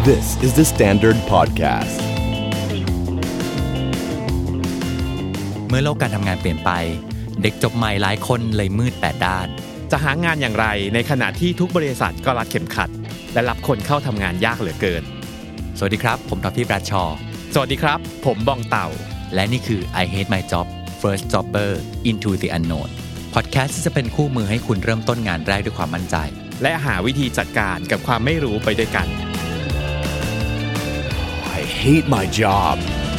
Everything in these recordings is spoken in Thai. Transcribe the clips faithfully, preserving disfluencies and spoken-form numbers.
This is the Standard Podcast เมื่อโลกการทำงานเปลี่ยนไปเด็กจบใหม่หลายคนเลยมืดแปดด้านจะหางานอย่างไรในขณะที่ทุกบริษัทก็รัดเข็มขัดและรับคนเข้าทำงานยากเหลือเกินสวัสดีครับผมท็อปปี้ปราชอสวัสดีครับผมบองเต่าและนี่คือ I Hate My Job First Jobber Into the Unknown พอดแคสต์ที่จะเป็นคู่มือให้คุณเริ่มต้นงานแรกด้วยความมั่นใจและหาวิธีจัดการกับความไม่รู้ไปด้วยกัน I hate my job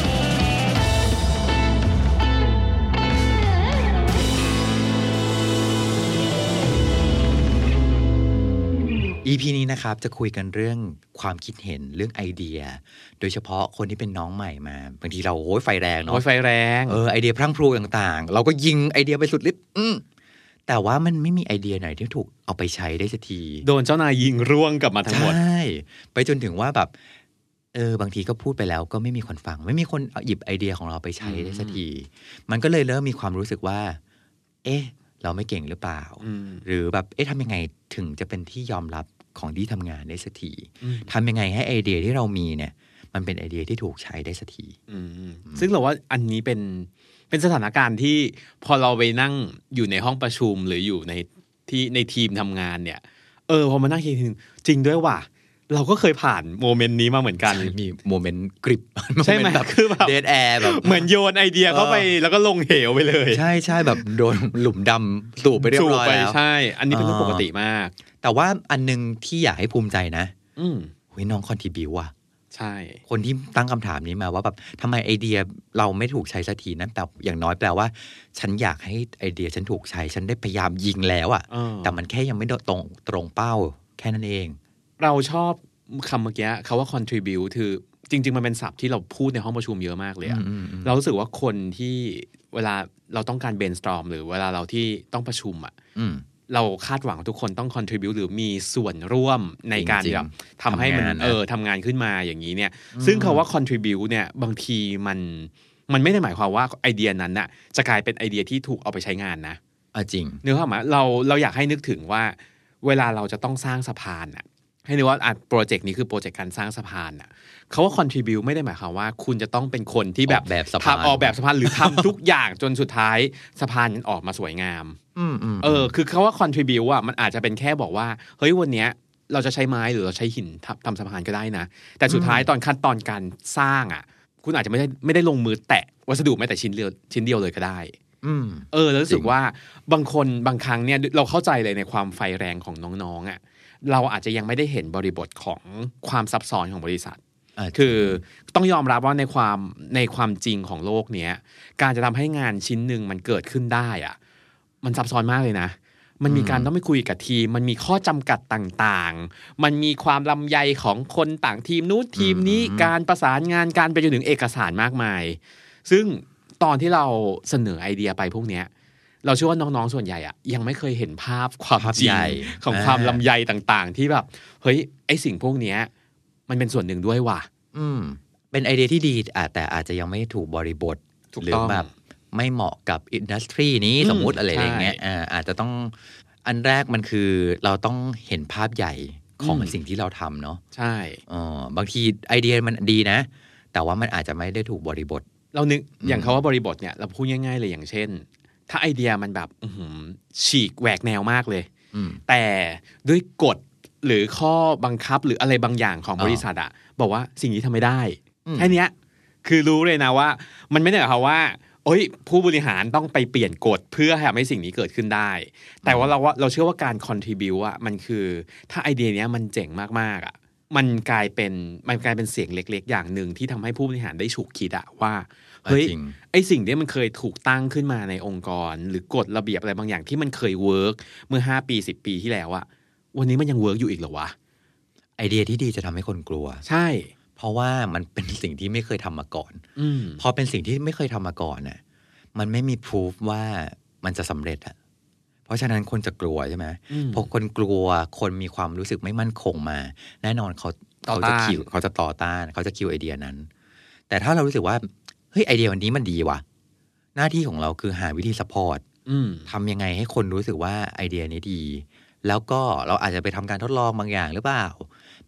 อี พี นี้นะครับจะคุยกันเรื่องความคิดเห็นเรื่องไอเดียโดยเฉพาะคนที่เป็นน้องใหม่มาบางทีเราโอ้ยไฟแรงเนาะโอ้ยไฟแรงเออไอเดียพรั่งพรูต่างๆเราก็ยิงไอเดียไปสุดฤทธิ์แต่ว่ามันไม่มีไอเดียไหนที่ถูกเอาไปใช้ได้สักทีโดนเจ้านายยิงร่วงกลับมาทั้งหมดใช่ไปจนถึงว่าแบบเออบางทีก็พูดไปแล้วก็ไม่มีคนฟังไม่มีคนหยิบไอเดียของเราไปใช้ได้สักทีมันก็เลยเริ่มมีความรู้สึกว่าเอ๊ะเราไม่เก่งหรือเปล่าหรือแบบเอ๊ะทำยังไงถึงจะเป็นที่ยอมรับของที่ทำงานได้สักทีทำยังไงให้ไอเดียที่เรามีเนี่ยมันเป็นไอเดียที่ถูกใช้ได้สักทีซึ่งเราว่าอันนี้เป็นเป็นสถานการณ์ที่พอเราไปนั่งอยู่ในห้องประชุมหรืออยู่ในที่ในทีมทำงานเนี่ยเออพอมานั่งคิดถึงจริงด้วยว่ะเราก็เคยผ่านโมเมนต์นี้มาเหมือนกันมีโมเมนต์กริบใช่ไหมคือแบบเดดแอร์แบบเหมือนโยนไอเดียเข้าไปแล้วก็ลงเหวไปเลยใช่ใช่แบบโดนหลุมดำสูบไปเรียบร้อยแล้วใช่อันนี้เป็นเรื่องปกติมากแต่ว่าอันนึงที่อยากให้ภูมิใจนะอืมเฮ้ยน้องคอนทริบิวต์ว่ะใช่คนที่ตั้งคำถามนี้มาว่าแบบทำไมไอเดียเราไม่ถูกใช้สักทีนั้นแต่อย่างน้อยแปลว่าฉันอยากให้ไอเดียฉันถูกใช้ฉันได้พยายามยิงแล้วอ่ะแต่มันแค่ยังไม่ตรงตรงเป้าแค่นั้นเองเราชอบคำเมื่อกี้คำว่า contribute คือจริงๆมันเป็นศัพท์ที่เราพูดในห้องประชุมเยอะมากเลยอะเรารู้สึกว่าคนที่เวลาเราต้องการ brainstorm หรือเวลาเราที่ต้องประชุมอะเราคาดหวังทุกคนต้อง contribute หรือมีส่วนร่วมในการแบบทำให้มันเออทำงานขึ้นมาอย่างนี้เนี่ยซึ่งคำว่า contribute เนี่ยบางทีมันมันไม่ได้หมายความว่าไอเดียนั้นน่ะจะกลายเป็นไอเดียที่ถูกเอาไปใช้งานนะอ่ะจริงนึกภาพไหมเราเราอยากให้นึกถึงว่าเวลาเราจะต้องสร้างสะพานน่ะให้นึกว่าอ่ะโปรเจกต์นี้คือโปรเจกต์การสร้างสะพานน่ะเขาว่า contribute ไม่ได้หมายความว่าคุณจะต้องเป็นคนที่แบบทำออกแบบสะพานหรือทำทุกอย่างจนสุดท้ายสะพานออกมาสวยงามเออคือเขาว่า contribute อ่ะมันอาจจะเป็นแค่บอกว่าเฮ้ยวันเนี้ยเราจะใช้ไม้หรือเราใช้หินทำทำสะพานก็ได้นะแต่สุดท้ายตอนขั้นตอนการสร้างอ่ะคุณอาจจะไม่ได้ไม่ได้ลงมือแตะวัสดุแม้แต่ชิ้นเดียวชิ้นเดียวเลยก็ได้เออแล้วรู้สึกว่าบางคนบางครั้งเนี่ยเราเข้าใจเลยในความไฟแรงของน้องๆอ่ะเราอาจจะยังไม่ได้เห็นบริบทของความซับซ้อนของบริษัทคือต้องยอมรับว่าในความในความจริงของโลกเนี้ยการจะทำให้งานชิ้นหนึ่งมันเกิดขึ้นได้อ่ะมันซับซ้อนมากเลยนะมันมีการต้องไปคุยกับทีมมันมีข้อจำกัดต่างๆมันมีความลำไยของคนต่างทีมนู้นทีมนี้การประสานงานการไปจนถึงเอกสารมากมายซึ่งตอนที่เราเสนอไอเดียไปพวกเนี้ยเราเชื่อว่าน้องๆส่วนใหญ่อะยังไม่เคยเห็นภาพความจริงของความลำไยต่างๆที่แบบเฮ้ยไอสิ่งพวกเนี้ยมันเป็นส่วนหนึ่งด้วยว่ะอืมเป็นไอเดียที่ดีแต่อาจจะยังไม่ถูกบริบทหรือแบบไม่เหมาะกับอินดัสทรีนี้สมมุติอะไรอย่างเงี้ยอ่าอาจจะต้องอันแรกมันคือเราต้องเห็นภาพใหญ่ของสิ่งที่เราทำเนาะใช่อ๋อบางทีไอเดียมันดีนะแต่ว่ามันอาจจะไม่ได้ถูกบริบทเรานึกอย่างเขาว่าบริบทเนี่ยเราพูดง่ายๆเลยอย่างเช่นถ้าไอเดียมันแบบฉีกแหวกแนวมากเลยแต่ด้วยกฎหรือข้อบังคับหรืออะไรบางอย่างของบริษัทอะบอกว่าสิ่งนี้ทำไม่ได้แค่นี้คือรู้เลยนะว่ามันไม่ได้หมายความว่าโอ้ยผู้บริหารต้องไปเปลี่ยนกฎเพื่อให้ทำให้สิ่งนี้เกิดขึ้นได้แต่ว่าเราว่าเราเชื่อว่าการ contribute อะมันคือถ้าไอเดียนี้มันเจ๋งมากๆอะมันกลายเป็นมันกลายเป็นเสียงเล็กๆอย่างหนึ่งที่ทำให้ผู้บริหารได้ฉุกคิดอะว่าเฮ้ยไอสิ่งนี้มันเคยถูกตั้งขึ้นมาในองค์กรหรือกฎระเบียบอะไรบางอย่างที่มันเคยเวิร์กเมื่อห้าปีสิบปีที่แล้วอะวันนี้มันยังเวิร์กอยู่อีกเหรอวะไอเดียที่ดีจะทำให้คนกลัวใช่เพราะว่ามันเป็นสิ่งที่ไม่เคยทำมาก่อนพอเป็นสิ่งที่ไม่เคยทำมาก่อนน่ะมันไม่มีพิสูจว่ามันจะสำเร็จอะเพราะฉะนั้นคนจะกลัวใช่ไหมพอคนกลัวคนมีความรู้สึกไม่มั่นคงมาแน่นอนเขาเขาจะคิวเขาจะต่อต้านเขาจะคิวไอเดียนั้นแต่ถ้าเรารู้สึกว่าเฮ้ยไอเดียวันนี้มันดีว่ะหน้าที่ของเราคือหาวิธีซัพพอร์ตทำยังไงให้คนรู้สึกว่าไอเดียนี้ดีแล้วก็เราอาจจะไปทำการทดลองบางอย่างหรือเปล่าไป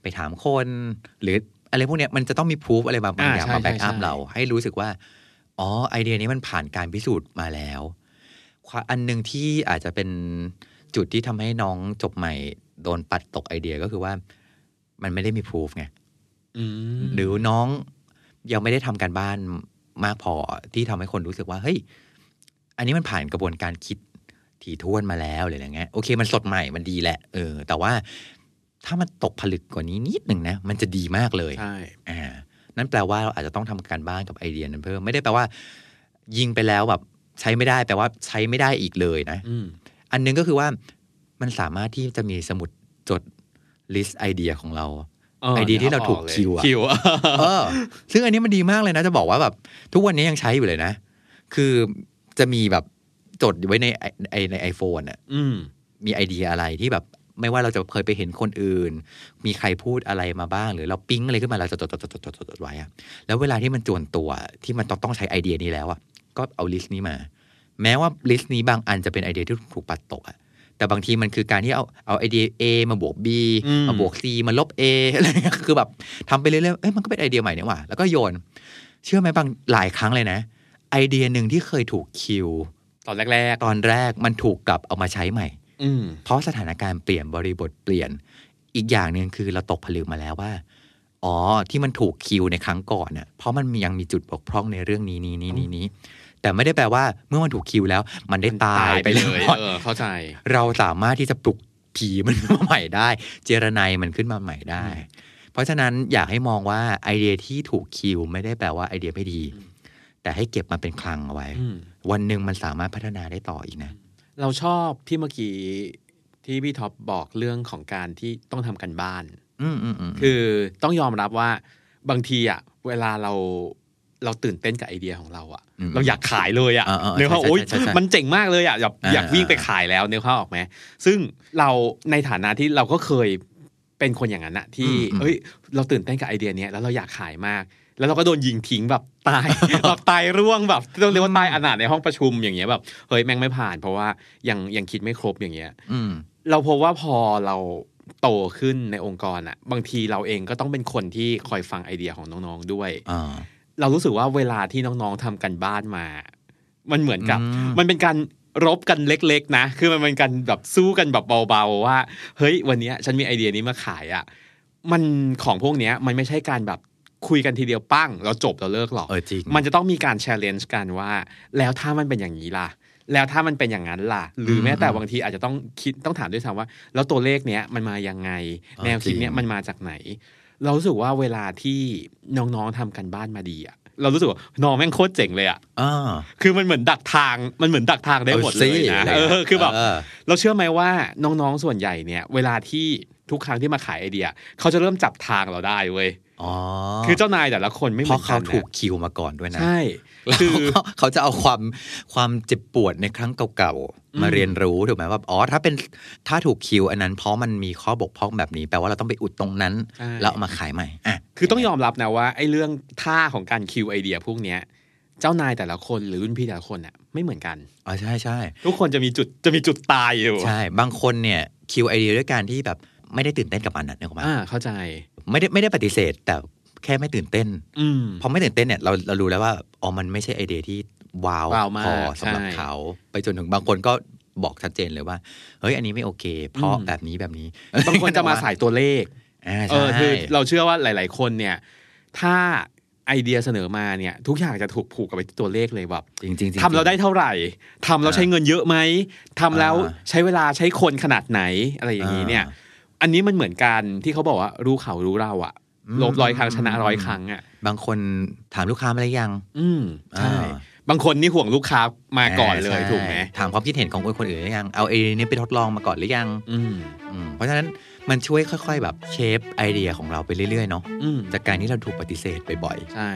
ไปถามคนหรืออะไรพวกเนี้ยมันจะต้องมีพิสูจอะไรบางอย่างมาแบ็กอัพเราให้รู้สึกว่าอ๋อไอเดียนี้มันผ่านการพิสูจน์มาแล้วอันนึงที่อาจจะเป็นจุดที่ทำให้น้องจบใหม่โดนปัดตกไอเดียก็คือว่ามันไม่ได้มีพิสูจไงหรือน้องยังไม่ได้ทำการบ้านมากพอที่ทำให้คนรู้สึกว่าเฮ้ยอันนี้มันผ่านกระบวนการคิดถี่ถ้วนมาแล้วอะไรอย่างเงี้ยโอเคมันสดใหม่มันดีแหละเออแต่ว่าถ้ามันตกผลึกกว่านี้นิดหนึ่งนะมันจะดีมากเลยใช่อ่านั่นแปลว่าเราอาจจะต้องทำการบ้านกับไอเดียนั้นเพิ่มไม่ได้แปลว่ายิงไปแล้วแบบใช้ไม่ได้แปลว่าใช้ไม่ได้อีกเลยนะออันนึงก็คือว่ามันสามารถที่จะมีสมุดจดลิสต์ไอเดียของเราไอเดียที่เราถูกคิวอะเออซึ่งอันนี้มันดีมากเลยนะจะบอกว่าแบบทุกวันนี้ยังใช้อยู่เลยนะคือจะมีแบบจดไว้ในไอในไอโฟนอ่ะมีไอเดียอะไรที่แบบไม่ว่าเราจะเคยไปเห็นคนอื่นมีใครพูดอะไรมาบ้างหรือเราปิ๊งอะไรขึ้นมาเราจะจดจดจดจดจดไว้อะแล้วเวลาที่มันจวนตัวที่มันต้องต้องใช้ไอเดียนี้แล้วอะก็เอาลิสต์นี้มาแม้ว่าลิสต์นี้บางอันจะเป็นไอเดียที่ถูกปัดตกอะแต่บางทีมันคือการที่เอาเอาไอเดีย A มาบวก B มาบวก C มาลบ A อะไรเงี้ยคือแบบทำไปเรื่อยๆเอ้ยมันก็เป็นไอเดียใหม่เนี่ยว่ะแล้วก็โยนเชื่อไหมบางหลายครั้งเลยนะไอเดียหนึ่งที่เคยถูกคิวตอนแรกๆตอนแรกมันถูกกลับเอามาใช้ใหม่เพราะสถานการณ์เปลี่ยนบริบทเปลี่ยนอีกอย่างนึงคือเราตกผลึกมาแล้วว่าอ๋อที่มันถูกคิวในครั้งก่อนเนี่ยเพราะมันยังมีจุดบกพร่องในเรื่องนี้นี้นี้นี้นี้แต่ไม่ได้แปลว่าเมื่อมันถูกคิวแล้วมันได้ตายไปเลยเออเข้าใจเราสามารถที่จะปลุกผีมันมาใหม่ได้เจรไนมันขึ้นมาใหม่ได้เพราะฉะนั้นอยากให้มองว่าไอเดียที่ถูกคิวไม่ได้แปลว่าไอเดียไม่ดีแต่ให้เก็บมาเป็นคลังเอาไว้วันหนึ่งมันสามารถพัฒนาได้ต่ออีกนะเราชอบที่เมื่อกี้ที่พี่ท็อปบอกเรื่องของการที่ต้องทำกันบ้านคือต้องยอมรับว่าบางทีอ่ะเวลาเราเราตื่นเต้นกับไอเดียของเราอ่ะเราอยากขายเลยอ่ะเนื้อเขาโอ๊ยมันเจ๋งมากเลยอ่ะอยากอยากวิ่งไปขายแล้วเนื้อเขาออกไหมซึ่งเราในฐานะที่เราก็เคยเป็นคนอย่างนั้นอะที่เอ้ยเราตื่นเต้นกับไอเดียนี้แล้วเราอยากขายมากแล้วเราก็โดนยิงทิ้งแบบตายแบบตายร่วงแบบต้องเรียกว่าตายอนาถในห้องประชุมอย่างเงี้ยแบบเฮ้ยแม่งไม่ผ่านเพราะว่ายังยังคิดไม่ครบอย่างเงี้ยเราพบว่าพอเราโตขึ้นในองค์กรอ่ะบางทีเราเองก็ต้องเป็นคนที่คอยฟังไอเดียของน้องๆด้วยเรารู้สึกว่าเวลาที่น้องๆทำกันบ้านมามันเหมือนกับมันเป็นการรบกันเล็กๆนะคือมันเป็นการแบบสู้กันแบบเบาๆว่าเฮ้ยวันนี้ฉันมีไอเดียนี้มาขายอ่ะมันของพวกเนี้ยมันไม่ใช่การแบบคุยกันทีเดียวปั้งแล้วจบแล้วเลิกหรอกมันจะต้องมีการ challenge กันว่าแล้วถ้ามันเป็นอย่างนี้ล่ะแล้วถ้ามันเป็นอย่างนั้นล่ะหรือแม้แต่บางทีอาจจะต้องคิดต้องถามด้วยซ้ำว่าแล้วตัวเลขเนี้ยมันมายังไงแนวคิดเนี้ยมันมาจากไหนเรารู้สึกว่าเวลาที่น้องๆทำกันบ้านมาดีอ่ะเรารู้สึกว่าน้องแม่งโคตรเจ๋งเลยอ่ะคือมันเหมือนดักทางมันเหมือนดักทางได้หมดเลยนะเออคือแบบเราเชื่อไหมว่าน้องๆส่วนใหญ่เนี่ยเวลาที่ทุกครั้งที่มาขายไอเดียเขาจะเริ่มจับทางเราได้เว้ยคือเจ้านายแต่ละคนไม่เหมือนกันเพราะเขาถูกคิวมาก่อนด้วยนะใช่คือเขาจะเอาความความเจ็บปวดในครั้งเก่าๆมาเรียนรู้ถูกไหมว่าอ๋อถ้าเป็นถ้าถูกคิวอันนั้นเพราะมันมีข้อบกพร่องแบบนี้แปลว่าเราต้องไปอุดตรงนั้นแล้วเอามาขายใหม่อ่ะคือต้องยอมรับนะว่าไอ้เรื่องท่าของการคิวไอเดียพวกเนี้ยเจ้านายแต่ละคนหรือรุ่นพี่แต่ละคนอ่ะไม่เหมือนกันอ๋อใช่ใช่ทุกคนจะมีจุดจะมีจุดตายอยู่ใช่บางคนเนี่ยคิวไอเดียด้วยการที่แบบไม่ได้ตื่นเต้นกับมันนะเนี่ยอ่าเข้าใจไม่ได้ไม่ได้ปฏิเสธแต่แค่ไม่ตื่นเต้นพอไม่ตื่นเต้นเนี่ยเราเรารู้แล้วว่าอ๋อมันไม่ใช่ไอเดียที่ว้าวพอสำหรับเขาไปจนถึงบางคนก็บอกชัดเจนเลยว่าเฮ้ยอันนี้ไม่โอเคเพราะแบบนี้แบบนี้บางคนจะมาสายตัวเลขเออคือเราเชื่อว่าหลายๆคนเนี่ยถ้าไอเดียเสนอมาเนี่ยทุกอย่างจะถูกผูกกับไปที่ตัวเลขเลยแบบจริงๆทำเราได้เท่าไหร่ทำเราใช้เงินเยอะไหมทำแล้วใช้เวลาใช้คนขนาดไหนอะไรอย่างนี้เนี่ยอันนี้มันเหมือนกันที่เขาบอกว่ารู้เขารู้เราอะลบร้อยครั้งชนะร้อยครั้งอ่ะบางคนถามลูกค้ามาแล้วยังอืมใช่บางคนนี่ห่วงลูกค้ามาก่อนเลยถูกไหมถามความคิดเห็นของคนอื่นหรือยังเอาไอเดียนี้ไปทดลองมาก่อนหรือยังอืมเพราะฉะนั้นมันช่วยค่อยๆแบบเชฟไอเดียของเราไปเรื่อยๆเนาะจากการที่เราถูกปฏิเสธบ่อยๆใช่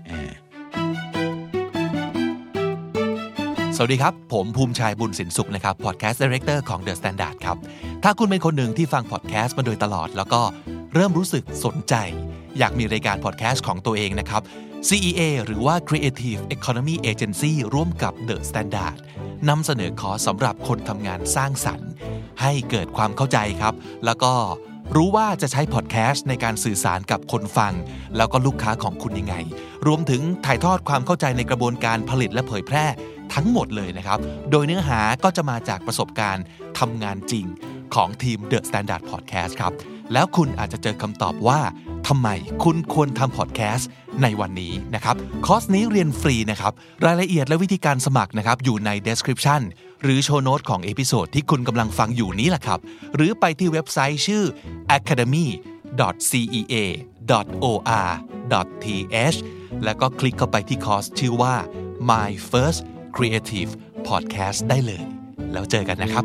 สวัสดีครับผมภูมิชัยบุญสินสุขนะครับพอดแคสต์ไดเรคเตอร์ของ The Standard ครับถ้าคุณเป็นคนหนึ่งที่ฟังพอดแคสต์มาโดยตลอดแล้วก็เริ่มรู้สึกสนใจอยากมีรายการพอดแคสต์ของตัวเองนะครับ ซี อี เอ หรือว่า Creative Economy Agency ร่วมกับ The Standard นำเสนอคอร์สสำหรับคนทำงานสร้างสรรค์ให้เกิดความเข้าใจครับแล้วก็รู้ว่าจะใช้พอดแคสต์ในการสื่อสารกับคนฟังแล้วก็ลูกค้าของคุณยังไงรวมถึงถ่ายทอดความเข้าใจในกระบวนการผลิตและเผยแพร่ทั้งหมดเลยนะครับโดยเนื้อหาก็จะมาจากประสบการณ์ทำงานจริงของทีม The Standard Podcast ครับแล้วคุณอาจจะเจอคำตอบว่าทำไมคุณควรทำพอดแคสต์ในวันนี้นะครับคอร์สนี้เรียนฟรีนะครับรายละเอียดและวิธีการสมัครนะครับอยู่ใน description หรือโชว์โน้ตของเอพิโซดที่คุณกำลังฟังอยู่นี้แหละครับหรือไปที่เว็บไซต์ชื่อ แอคาเดมี่ ดอท ซี อี เอ ดอท โอ อาร์ ดอท ที เอช แล้วก็คลิกเข้าไปที่คอร์สชื่อว่า My First Creative Podcast ได้เลยแล้วเจอกันนะครับ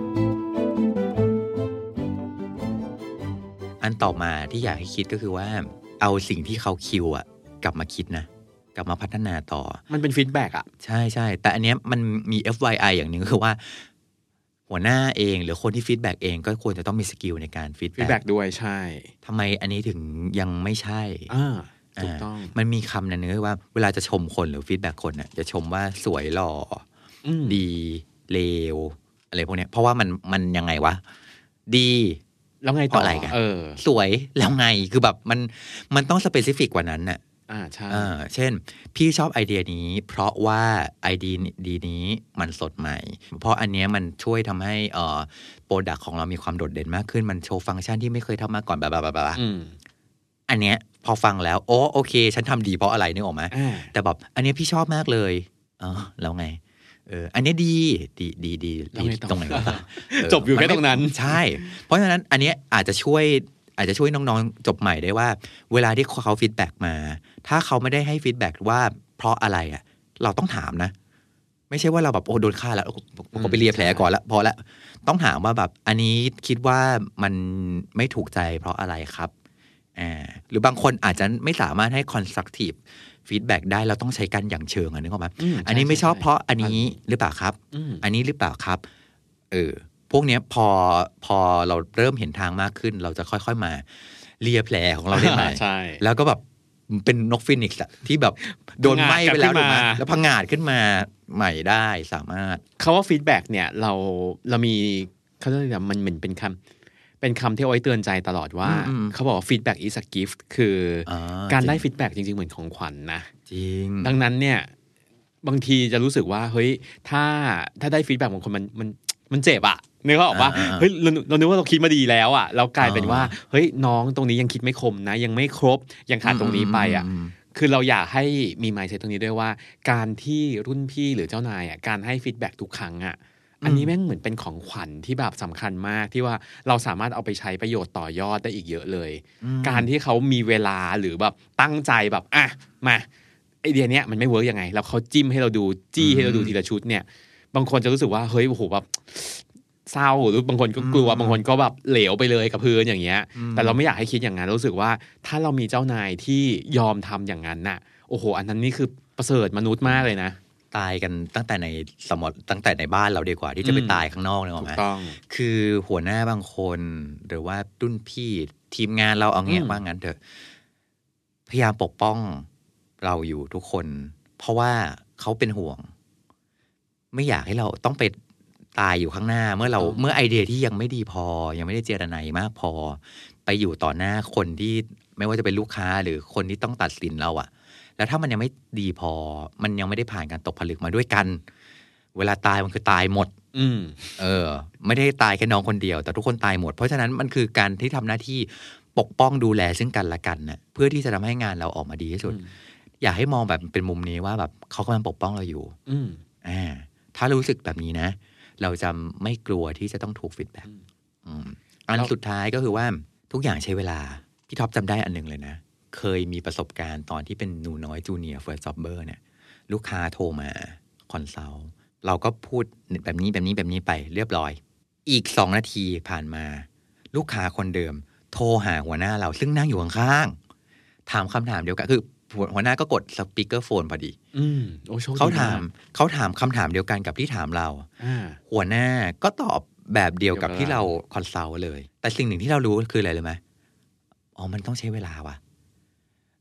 อันต่อมาที่อยากให้คิดก็คือว่าเอาสิ่งที่เขาคิวอะกลับมาคิดนะกลับมาพัฒนาต่อมันเป็นฟีดแบ็กอะใช่ใช่แต่อันเนี้ยมันมี เอฟ วาย ไอ อย่างหนึ่งคือว่าหัวหน้าเองหรือคนที่ฟีดแบ็กเองก็ควรจะต้องมีสกิลในการฟีดแบ็กด้วยใช่ทำไมอันนี้ถึงยังไม่ใช่อ่าถูกต้องมันมีคำนั้นนึงว่าเวลาจะชมคนหรือฟีดแบ็กคนน่ะจะชมว่าสวยหล่อดีเลวอะไรพวกเนี้ยเพราะว่ามันมันยังไงวะดีแล้วไงต่ออะไรกันเออสวยแล้วไงคือแบบมันมันต้องสเปซิฟิกกว่านั้นน่ะอ่าใช่อ่าเช่นพี่ชอบไอเดียนี้เพราะว่าไอเดียดีนี้มันสดใหม่เพราะอันเนี้ยมันช่วยทำให้เอ่อโปรดักต์ของเรามีความโดดเด่นมากขึ้นมันโชว์ฟังก์ชันที่ไม่เคยทำมาก่อนแบบแบบอันเนี้ยพอฟังแล้วโอ้โอเคฉันทำดีเพราะอะไรนึกออกไหมแต่แบบอันเนี้ยพี่ชอบมากเลยอ๋อแล้วไงเอออันนี้ดีดีดีดีดีตรงไหนวะจบอยู่แค่ตรงนั้นใช่เพราะฉะนั้นอันนี้อาจจะช่วยอาจจะช่วยน้องๆจบใหม่ได้ว่าเวลาที่เขาฟีดแบ็กมาถ้าเขาไม่ได้ให้ฟีดแบ็กว่าเพราะอะไรอ่ะเราต้องถามนะไม่ใช่ว่าเราแบบโอ้โดนฆ่าแล้วก็ไปเลียแผลก่อนละพอละต้องถามว่าแบบอันนี้คิดว่ามันไม่ถูกใจเพราะอะไรครับอ่าหรือบางคนอาจจะไม่สามารถให้ constructiveฟีดแบ็กได้เราต้องใช้กันอย่างเชิงอ่ะนึกออกไหมอันนี้ไม่ชอบเพราะอันนี้หรือเปล่าครับอันนี้หรือเปล่าครับเออพวกเนี้ยพอพอเราเริ่มเห็นทางมากขึ้นเราจะค่อยๆมาเลียแผลของเราได้ไหมแล้วก็แบบเป็นนกฟินิกซ์อะที่แบบโดนไหม้ไปแล้วถูกไหมแล้วพังงาดขึ้นมาใหม่ได้สามารถคำว่าฟีดแบ็กเนี่ยเราเรามีเขาเรียกว่ามันเหมือนเป็นคำเป็นคำที่เอาไว้เตือนใจตลอดว่าเขาบอกว่า feedback is a gift คือการได้ feedback จริงๆเหมือนของขวัญ นะจริงดังนั้นเนี่ยบางทีจะรู้สึกว่าเฮ้ยถ้าถ้าได้ feedback ของคนมันมันมันเจ็บอะนึกออกว่าเฮ้ยเราเรานึกว่าเราคิดมาดีแล้วอะแล้วกลายเป็นว่าเฮ้ยน้องตรงนี้ยังคิดไม่คมนะยังไม่ครบยังขาดตรงนี้ไปอะคือเราอยากให้มี mindset ตรงนี้ด้วยว่าการที่รุ่นพี่หรือเจ้านายอะการให้ feedback ทุกครั้งอะอันนี้แม่งเหมือนเป็นของขวัญที่แบบสำคัญมากที่ว่าเราสามารถเอาไปใช้ประโยชน์ต่อยอดได้อีกเยอะเลยการที่เขามีเวลาหรือแบบตั้งใจแบบอ่ะมาไอเดียเนี้ยมันไม่เวิร์กยังไงแล้วเขาจิ้มให้เราดูจี้ให้เราดูทีละชุดเนี่ยบางคนจะรู้สึกว่าเฮ้ยโอ้โหแบบเศร้าหรือบางคนก็กลัวบางคนก็แบบเหลวไปเลยกับพื้นอย่างเงี้ยแต่เราไม่อยากให้คิดอย่างนั้นรู้สึกว่าถ้าเรามีเจ้านายที่ยอมทำอย่างนั้นน่ะโอ้โหอันนั้นนี่คือประเสริฐมนุษย์มากเลยนะตายกันตั้งแต่ในสมมติตั้งแต่ในบ้านเราดีกว่าที่จะไปตายข้างนอกเลยหรอไหมคือหัวหน้าบางคนหรือว่ารุ่นพี่ทีมงานเราเอาเงี้ยว่างั้นเถอะพยายามปกป้องเราอยู่ทุกคนเพราะว่าเขาเป็นห่วงไม่อยากให้เราต้องไปตายอยู่ข้างหน้าเมื่อเราเมื่อไอเดียที่ยังไม่ดีพอยังไม่ได้เจรนายมากพอไปอยู่ต่อหน้าคนที่ไม่ว่าจะเป็นลูกค้าหรือคนที่ต้องตัดสินเราอะแล้วถ้ามันยังไม่ดีพอมันยังไม่ได้ผ่านการตกผลึกมาด้วยกันเวลาตายมันคือตายหมดอืมเออไม่ได้ตายแค่น้องคนเดียวแต่ทุกคนตายหมดเพราะฉะนั้นมันคือการที่ทำหน้าที่ปกป้องดูแลซึ่งกันและกันน่ะเพื่อที่จะทำให้งานเราออกมาดีที่สุดอยากให้มองแบบเป็นมุมนี้ว่าแบบเขากำลังปกป้องเราอยู่อืมอ่าถ้ารู้สึกแบบนี้นะเราจะไม่กลัวที่จะต้องถูกฟีดแบ็กอันสุดท้ายก็คือว่าทุกอย่างใช้เวลาพี่ท็อปจำได้อันหนึ่งเลยนะเคยมีประสบการณ์ตอนที่เป็นหนูน้อยจูเนียร์เฟิร์สจ็อบเบอร์เนี่ยลูกค้าโทรมาคอนซัลท์เราก็พูดแบบนี้แบบนี้แบบนี้ไปเรียบร้อยอีกสองนาทีผ่านมาลูกค้าคนเดิมโทรหาหัวหน้าเราซึ่งนั่งอยู่ข้างๆถามคำถามเดียวกันคือหัวหน้าก็กดสปีกเกอร์โฟนพอดีเขาถามเขาถามคำถามเดียวกันกับที่ถามเราหัวหน้าก็ตอบแบบเดียวกับที่เราคอนซัลท์เลยแต่สิ่งหนึ่งที่เรารู้คืออะไรเลยไหมอ๋อมันต้องใช้เวลาว่ะ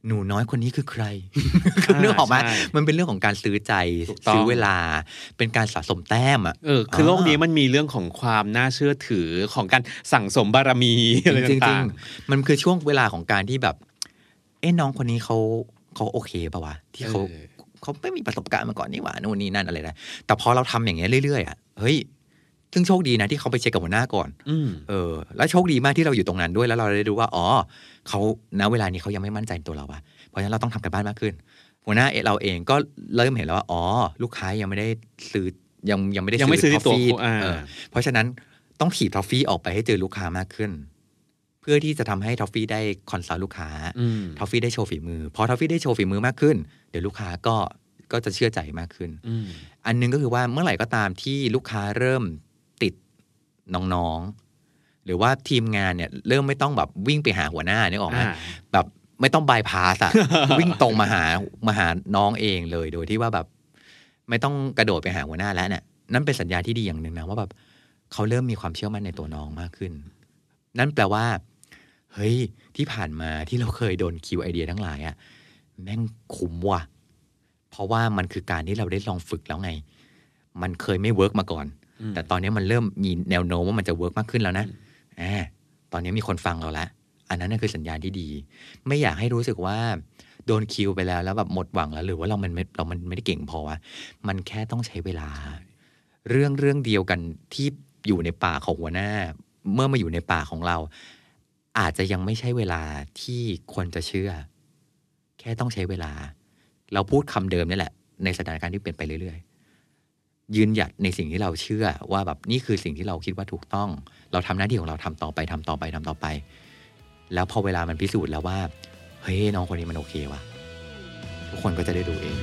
หนูน้อยคนนี้คือใคร คือนึกออกไหมมันเป็นเรื่องของการซื้อใจซื้อเวลาเป็นการสะสมแต้มอ่ะเออคือโลกนี้มันมีเรื่องของความน่าเชื่อถือของการสั่งสมบารมีอะไรต่างๆมันคือช่วงเวลาของการที่แบบเอ๊ะน้องคนนี้เขาเขาโอเคป่ะวะที่เขาเขาไม่มีประสบการณ์มาก่อนนี่หว่านู่นนี่นั่นอะไรนะแต่พอเราทำอย่างเงี้ยเรื่อยๆอ่ะเฮ้ยซึ่งโชคดีนะที่เขาไปเช็คกับหัวหน้าก่อนเออแล้วโชคดีมากที่เราอยู่ตรงนั้นด้วยแล้วเราได้รู้ว่าอ๋อเขาณเวลานี้เขายังไม่มั่นใจในตัวเราอะเพราะฉะนั้นเราต้องทำกันบ้านมากขึ้นหัวหน้าเราเองก็เริ่มเห็นแล้วว่าอ๋อลูกค้ายังไม่ได้ซื้อยังยังไม่ได้ซื้อทอฟฟี่เพราะฉะนั้นต้องถีบทอฟฟี่ออกไปให้เจอลูกค้ามากขึ้นเพื่อที่จะทำให้ทอฟฟี่ได้คอนซัลท์ลูกค้าทอฟฟี่ได้โชว์ฝีมือพอทอฟฟี่ได้โชว์ฝีมือมากขึ้นเดี๋ยวลูกค้าก็ก็จะเชื่อใจมากขึ้นอันนึงก็คือว่าเมื่อไหร่ก็ตามที่ลูกค้าเริ่มติดน้องๆหรือว่าทีมงานเนี่ยเริ่มไม่ต้องแบบวิ่งไปหาหัวหน้านึกออกไหมแบบไม่ต้องบายพาสอะ วิ่งตรงมาหามาหาน้องเองเลยโดยที่ว่าแบบไม่ต้องกระโดดไปหาหัวหน้าแล้วเนี่ยนั่นเป็นสัญญาณที่ดีอย่างหนึ่งนะว่าแบบเขาเริ่มมีความเชื่อมั่นในตัวน้องมากขึ้นนั่นแปลว่าเฮ้ยที่ผ่านมาที่เราเคยโดนคิวไอเดียทั้งหลายอะแม่งคุ้มว่ะเพราะว่ามันคือการที่เราได้ลองฝึกแล้วไงมันเคยไม่เวิร์กมาก่อนแต่ตอนนี้มันเริ่มมีแนวโน้มว่ามันจะเวิร์กมากขึ้นแล้วนะอ่าตอนนี้มีคนฟังเราแล้วอันนั้นคือสัญญาณที่ดีไม่อยากให้รู้สึกว่าโดนคิวไปแล้วแล้วแบบหมดหวังแล้วหรือว่าเรามันไม่เรามันไม่ได้เก่งพอวะมันแค่ต้องใช้เวลาเรื่องเรื่องเดียวกันที่อยู่ในปากของหัวหน้าเมื่อมาอยู่ในปากของเราอาจจะยังไม่ใช่เวลาที่คนจะเชื่อแค่ต้องใช้เวลาเราพูดคำเดิมนี่แหละในสถานการณ์ที่เปลี่ยนไปเรื่อยๆยืนหยัดในสิ่งที่เราเชื่อว่าแบบนี่คือสิ่งที่เราคิดว่าถูกต้องเราทำหน้าที่ของเราทำต่อไปทำต่อไปทำต่อไปแล้วพอเวลามันพิสูจน์แล้วว่าเฮ้ยน้องคนนี้มันโอเคว่ะทุกคนก็จะได้ดูเอง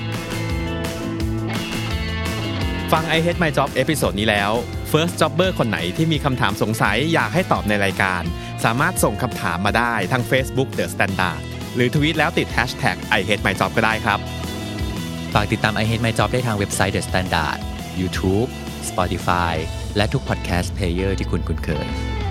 ฟัง I Hate My Job เอพิโซดนี้แล้ว First Jobber คนไหนที่มีคำถามสงสัยอยากให้ตอบในรายการสามารถส่งคำถามมาได้ทาง Facebook The Standard หรือทวีตแล้วติด hashtag I Hate My Job ก็ได้ครับฝากติดตาม I Hate My Job ได้ทางเว็บไซต์ The Standard YouTube Spotify และทุก podcast player ที่คุณคุ้นเคย